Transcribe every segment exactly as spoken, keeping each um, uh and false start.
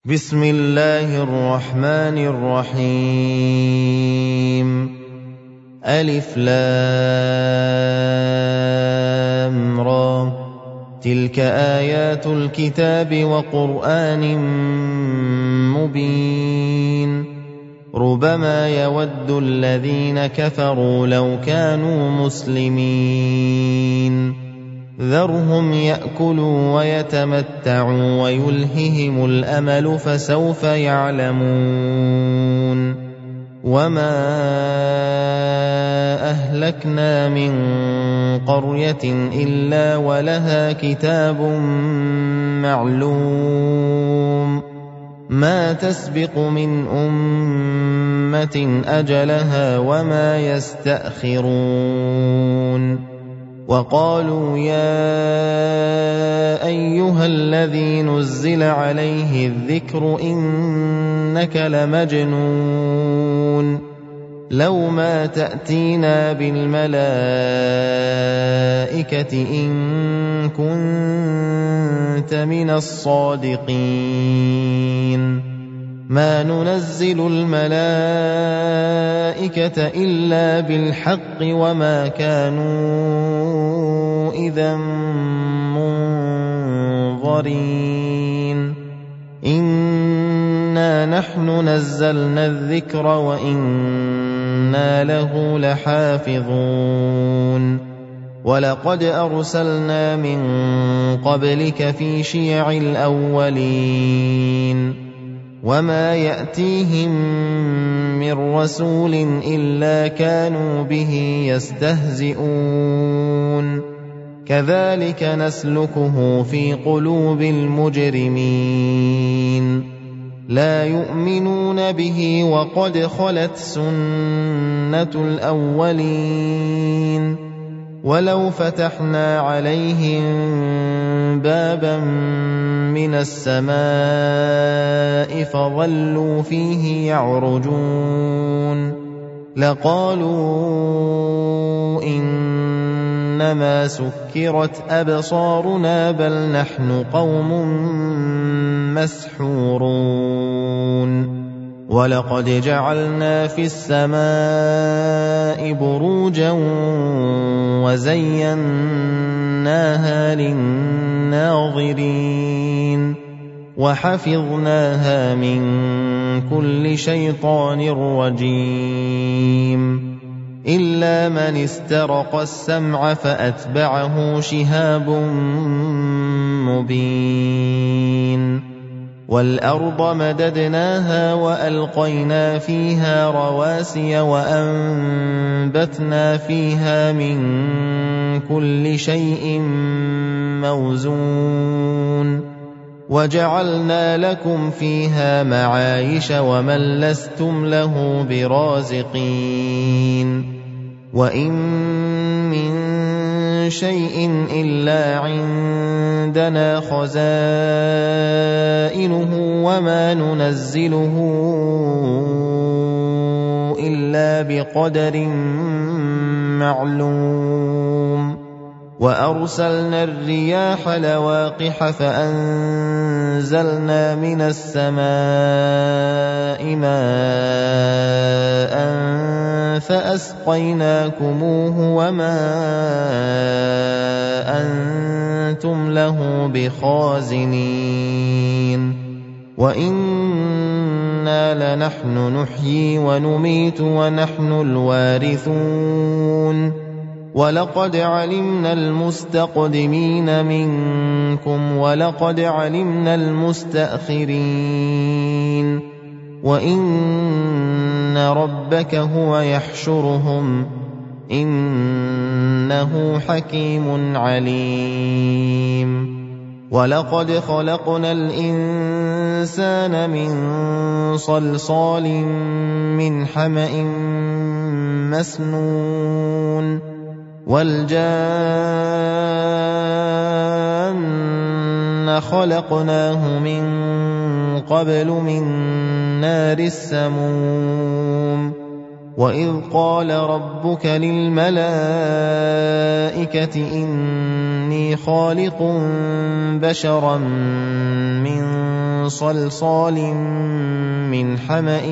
بسم الله الرحمن الرحيم ألف لام را تلك آيات الكتاب وقرآن مبين ربما يود الذين كفروا لو كانوا مسلمين ذرهم يأكلوا ويتمتعوا ويلههم الأمل فسوف يعلمون وما أهلكنا من قرية إلا ولها كتاب معلوم ما تسبق من أمة أجلها وما يستأخرون وقالوا يا أيها الذي نزل عليه الذكر إنك لمجنون لو ما تأتينا بالملائكة إن كنت من الصادقين ما ننزل الملائكة إلا بالحق وما كانوا إذا منظرين إنا نحن نزلنا الذكر وإنا له لحافظون ولقد أرسلنا من قبلك في شيع الأولين وما يأتيهم من رسول إلا كانوا به يستهزئون كذلك نسلكه في قلوب المجرمين لا يؤمنون به وقد خلت سنة الأولين ولو فتحنا عليهم بابا من السماء فظلوا فيه يعرجون لقالوا إنما سكرت أبصارنا بل نحن قوم مسحورون ولقد جعلنا في السماء بروجا وزيناها للناظرين وحفظناها من كل شيطان رجيم إلا من استرق السمع فأتبعه شهاب مبين والأرض مددناها وألقينا فيها رواسي وأنبتنا فيها من كل شيء موزون وجعلنا لكم فيها معايش ومن لستم له برازقين وإن من شيء إلا عندنا خزائنه وما ننزله إلا بقدر معلوم وأرسلنا الرياح لواقح فأنزلنا من السماء ماء فأسقيناكموه وما أنتم له بخازنين وإنا لنحن نحيي ونميت ونحن الوارثون ولقد علمنا المستقدمين منكم ولقد علمنا المستأخرين وإن ربك هو يحشرهم إنه حكيم عليم ولقد خلقنا الإنسان من صلصال من حمأ مسنون والجان خلقناه من قبل من نار السموم وإذ قال ربك للملائكة إني خالق بشرا من صلصال من حمأ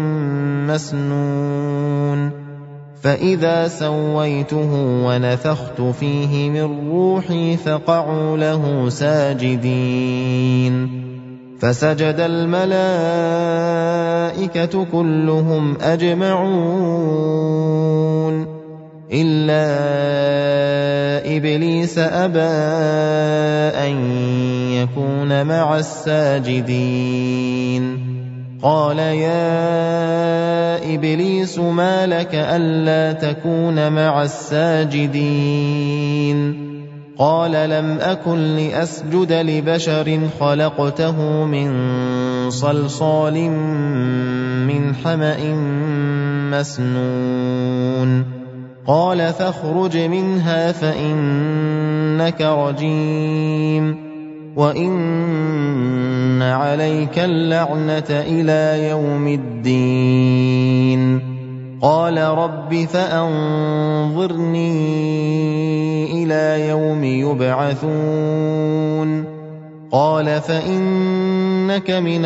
مسنون فإذا سويته ونفخت فيه من روحي فقعوا له ساجدين فسجد الملائكة كلهم أجمعون إلا إبليس أبى أن يكون مع الساجدين قال يا إبليس ما لك ألا تكون مع الساجدين قال لم أكن لأسجد لبشر خلقته من صلصال من حمأ مسنون قال فاخرج منها فإنك رجيم وإن عليك اللعنة إلى يوم الدين قال رب فأنظرني إلى يوم يبعثون قال فإنك من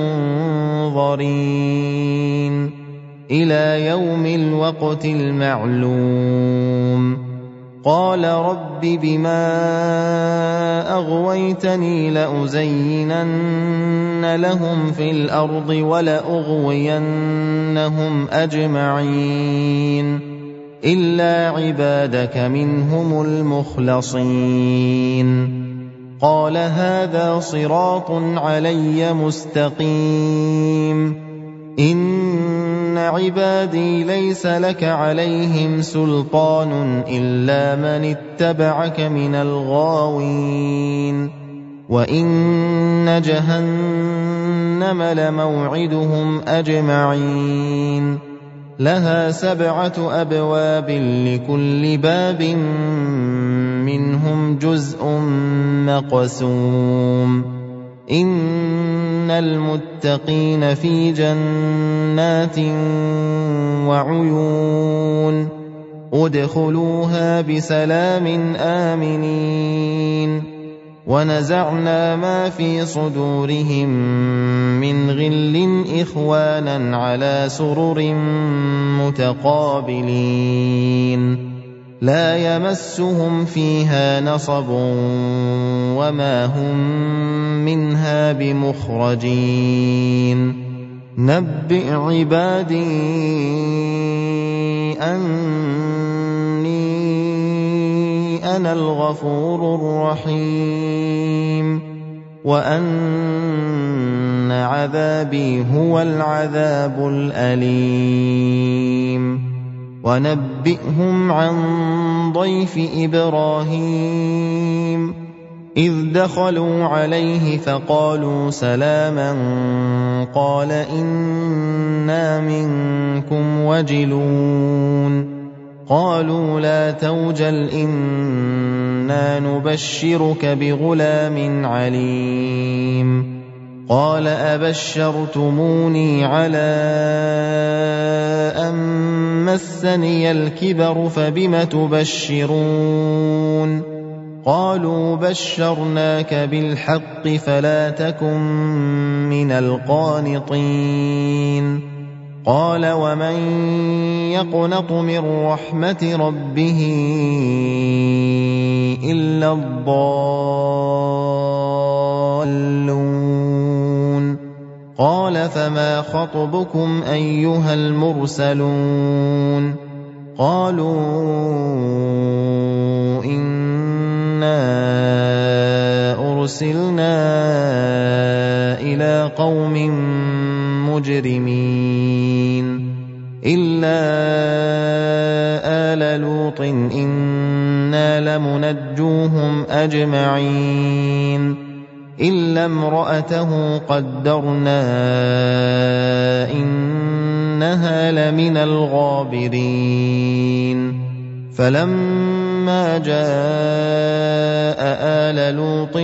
المنظرين إلى يوم الوقت المعلوم قال رب بما أغويتني لأزينن لهم في الأرض ولأغوينهم أجمعين إلا عبادك منهم المخلصين قال هذا صراط علي مستقيم إن عبادي ليس لك عليهم سلطان إلا من اتبعك من الغاوين وإن جهنم لموعدهم أجمعين لها سبعة أبواب لكل باب منهم جزء مقسوم إن المتقين في جنات وعيون ادخلوها بسلام آمنين ونزعنا ما في صدورهم من غل إخوانا على سرر متقابلين لا يمسهم فيها نصب وما هم منها بمخرجين نبئ عبادي أني أنا الغفور الرحيم وأن عذابي هو العذاب الأليم ونبئهم عن ضيف إبراهيم إذ دخلوا عليه فقالوا سلاما قال إنا منكم وجلون قالوا لا توجل إنا نبشرك بغلام عليم قال أبشرتموني على أن مسني الكبر فبم تبشرون قالوا بشرناك بالحق فلا تكن من القانطين قال ومن يقنط من رحمة ربه إلا الضالون قال فما خطبكم أيها المرسلون قالوا إنا أرسلنا إلى قوم مجرمين إلا آل لوط إنا لمنجوهم أجمعين إلا امرأته قدرنا إنها لمن الغابرين فلما جاء آل لوط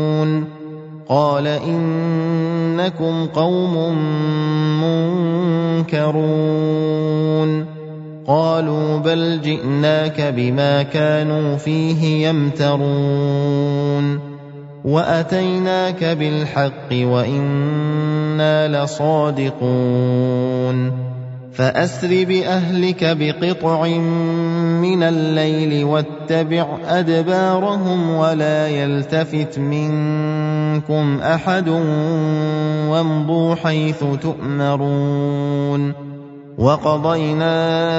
المرسلون قال إنكم قوم تنكرون قالوا بل جئناك بما كانوا فيه يمترون وأتيناك بالحق وإنا لصادقون فأسر بأهلك بقطع من الليل واتبع أدبارهم ولا يلتفت منكم أحد وامضوا حيث تؤمرون وقضينا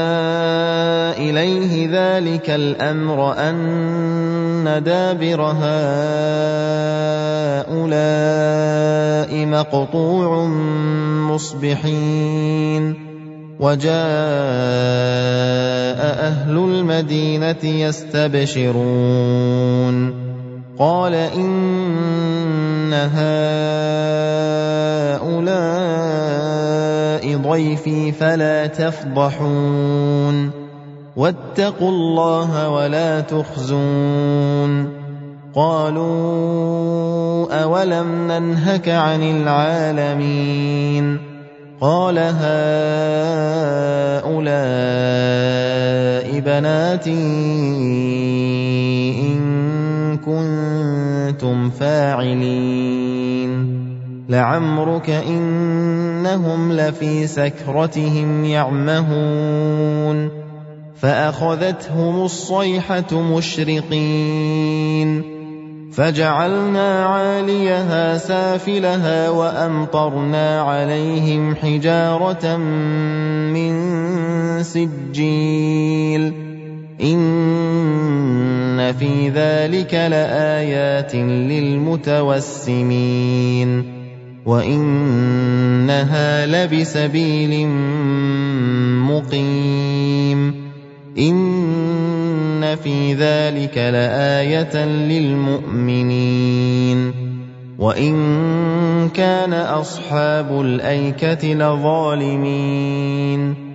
إليه ذلك الأمر أن دابر هؤلاء مقطوع مصبحين وجاء أهل المدينة يستبشرون قال إن هؤلاء ضيفي فلا تفضحون واتقوا الله ولا تخزون قالوا أولم ننهك عن العالمين قال هؤلاء بناتي إن كنتم فاعلين لعمرك إنهم لفي سكرتهم يعمهون فأخذتهم الصيحة مشرقين فجعلنا عاليها سافلها وأمطرنا عليهم حجارة من سجيل إن في ذلك لآيات للمتوسمين وإنها لبسبيل مقيم إن في ذلك لآية للمؤمنين وإن كان أصحاب الأيكة لظالمين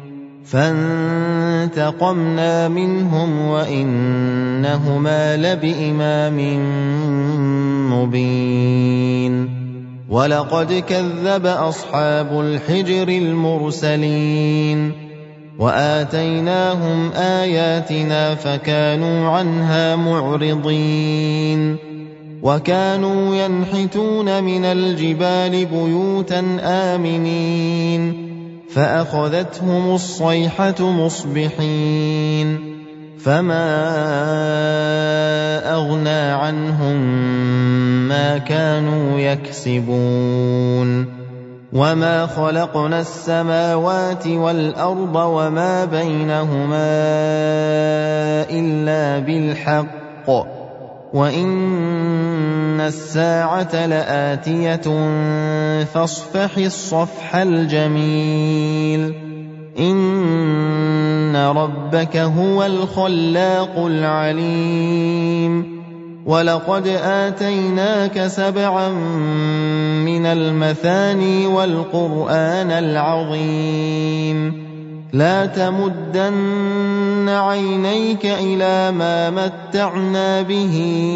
فانتقمنا منهم وإنهما لبإمام مبين ولقد كذب أصحاب الحجر المرسلين وآتيناهم آياتنا فكانوا عنها معرضين وكانوا ينحتون من الجبال بيوتا آمنين فأخذتهم الصيحة مصبحين فما أغنى عنهم ما كانوا يكسبون وما خلقنا السماوات والأرض وما بينهما إلا بالحق وإن الساعة لآتية فاصفح الصفح الجميل إن ربك هو الخلاق العليم ولقد آتيناك سبعا من المثاني والقرآن العظيم لا تمدن عينيك إلى ما متعنا به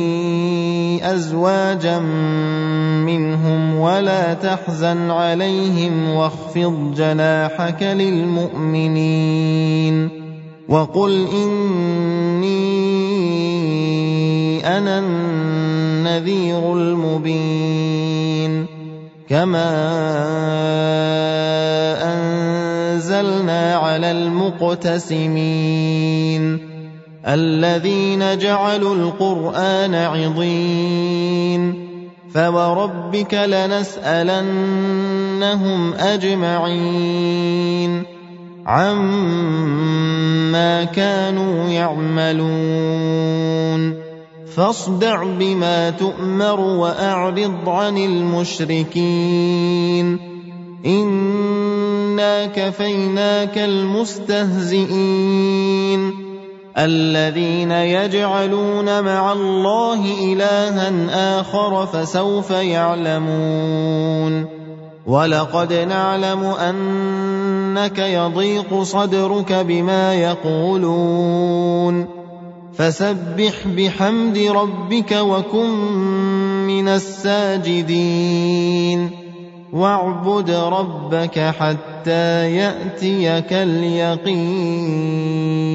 أزواجا منهم ولا تحزن عليهم واخفض جناحك للمؤمنين وقل إني أنا النذير المبين كما أنزلنا على المقتسمين الذين جعلوا القرآن عضين فوربك لنسألنهم أجمعين عما كانوا يعملون فاصدع بما تؤمر وأعرض عن المشركين إنا كفيناك المستهزئين الذين يجعلون مع الله إلها آخر فسوف يعلمون ولقد نعلم أنك يضيق صدرك بما يقولون فسبح بحمد ربك وكن من الساجدين واعبد ربك حتى يأتيك اليقين